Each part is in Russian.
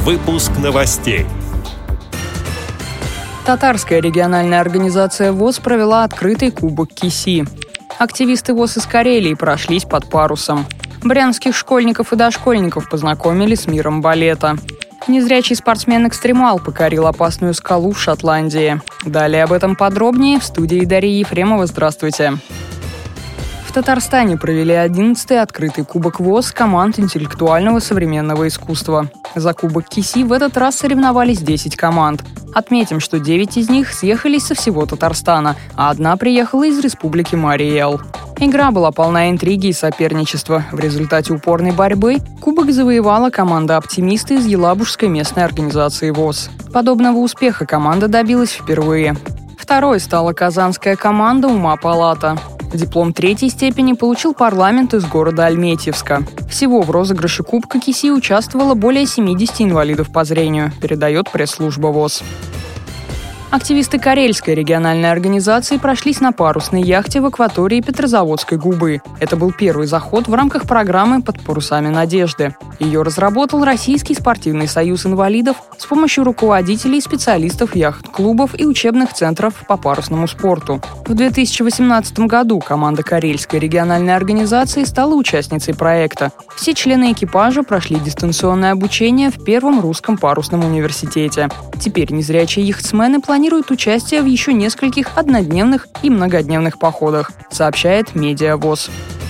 Выпуск новостей. Татарская региональная организация ВОС провела открытый кубок КИСИ. Активисты ВОС из Карелии прошлись под парусом. Брянских школьников и дошкольников познакомили с миром балета. Незрячий спортсмен-экстремал покорил опасную скалу в Шотландии. Далее об этом подробнее в студии Дарьи Ефремова. Здравствуйте. В Татарстане провели 11-й открытый кубок ВОС команд интеллектуального современного искусства. За кубок КИСИ в этот раз соревновались 10 команд. Отметим, что 9 из них съехались со всего Татарстана, а одна приехала из республики Марий-Эл. Игра была полна интриги и соперничества. В результате упорной борьбы кубок завоевала команда «Оптимисты» из Елабужской местной организации ВОС. Подобного успеха команда добилась впервые. Второй стала казанская команда «Ума Палата». Диплом третьей степени получил парламент из города Альметьевска. Всего в розыгрыше кубка КИСИ участвовало более 70 инвалидов по зрению, передает пресс-служба ВОС. Активисты Карельской региональной организации прошлись на парусной яхте в акватории Петрозаводской губы. Это был первый заход в рамках программы «Под парусами надежды». Ее разработал Российский спортивный союз инвалидов с помощью руководителей и специалистов яхт-клубов и учебных центров по парусному спорту. В 2018 году команда Карельской региональной организации стала участницей проекта. Все члены экипажа прошли дистанционное обучение в первом русском парусном университете. Теперь незрячие яхтсмены планируют участие в еще нескольких однодневных и многодневных походах, сообщает Медиа ВОС.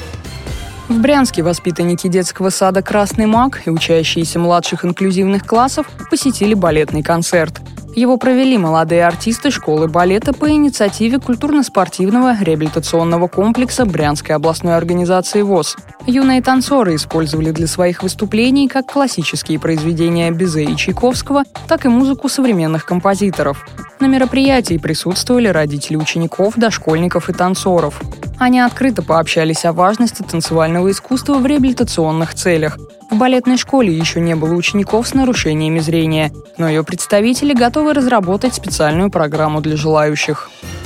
В Брянске воспитанники детского сада «Красный маг» и учащиеся младших инклюзивных классов посетили балетный концерт. Его провели молодые артисты школы балета по инициативе культурно-спортивного реабилитационного комплекса Брянской областной организации ВОС. Юные танцоры использовали для своих выступлений как классические произведения Бизе и Чайковского, так и музыку современных композиторов. На мероприятии присутствовали родители учеников, дошкольников и танцоров. Они открыто пообщались о важности танцевального искусства в реабилитационных целях. В балетной школе еще не было учеников с нарушениями зрения, но ее представители готовы разработать специальную программу для желающих.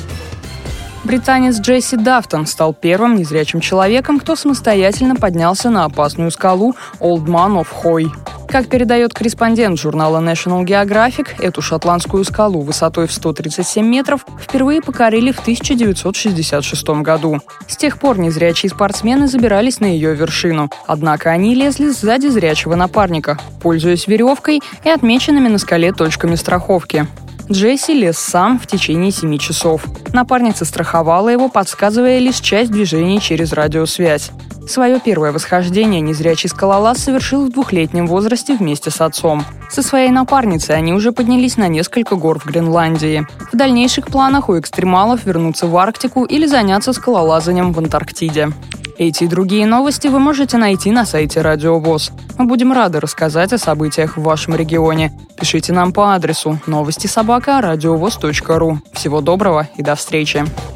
Британец Джесси Дафтон стал первым незрячим человеком, кто самостоятельно поднялся на опасную скалу Old Man of Hoy. Как передает корреспондент журнала National Geographic, эту шотландскую скалу высотой в 137 метров впервые покорили в 1966 году. С тех пор незрячие спортсмены забирались на ее вершину, однако они лезли сзади зрячего напарника, пользуясь веревкой и отмеченными на скале точками страховки. Джесси лез сам в течение 7 часов. Напарница страховала его, подсказывая лишь часть движений через радиосвязь. Свое первое восхождение незрячий скалолаз совершил в 2-летнем возрасте вместе с отцом. Со своей напарницей они уже поднялись на несколько гор в Гренландии. В дальнейших планах у экстремалов вернуться в Арктику или заняться скалолазанием в Антарктиде. Эти и другие новости вы можете найти на сайте Радио ВОС. Мы будем рады рассказать о событиях в вашем регионе. Пишите нам по адресу новости@радиовос.ру. Всего доброго и до встречи!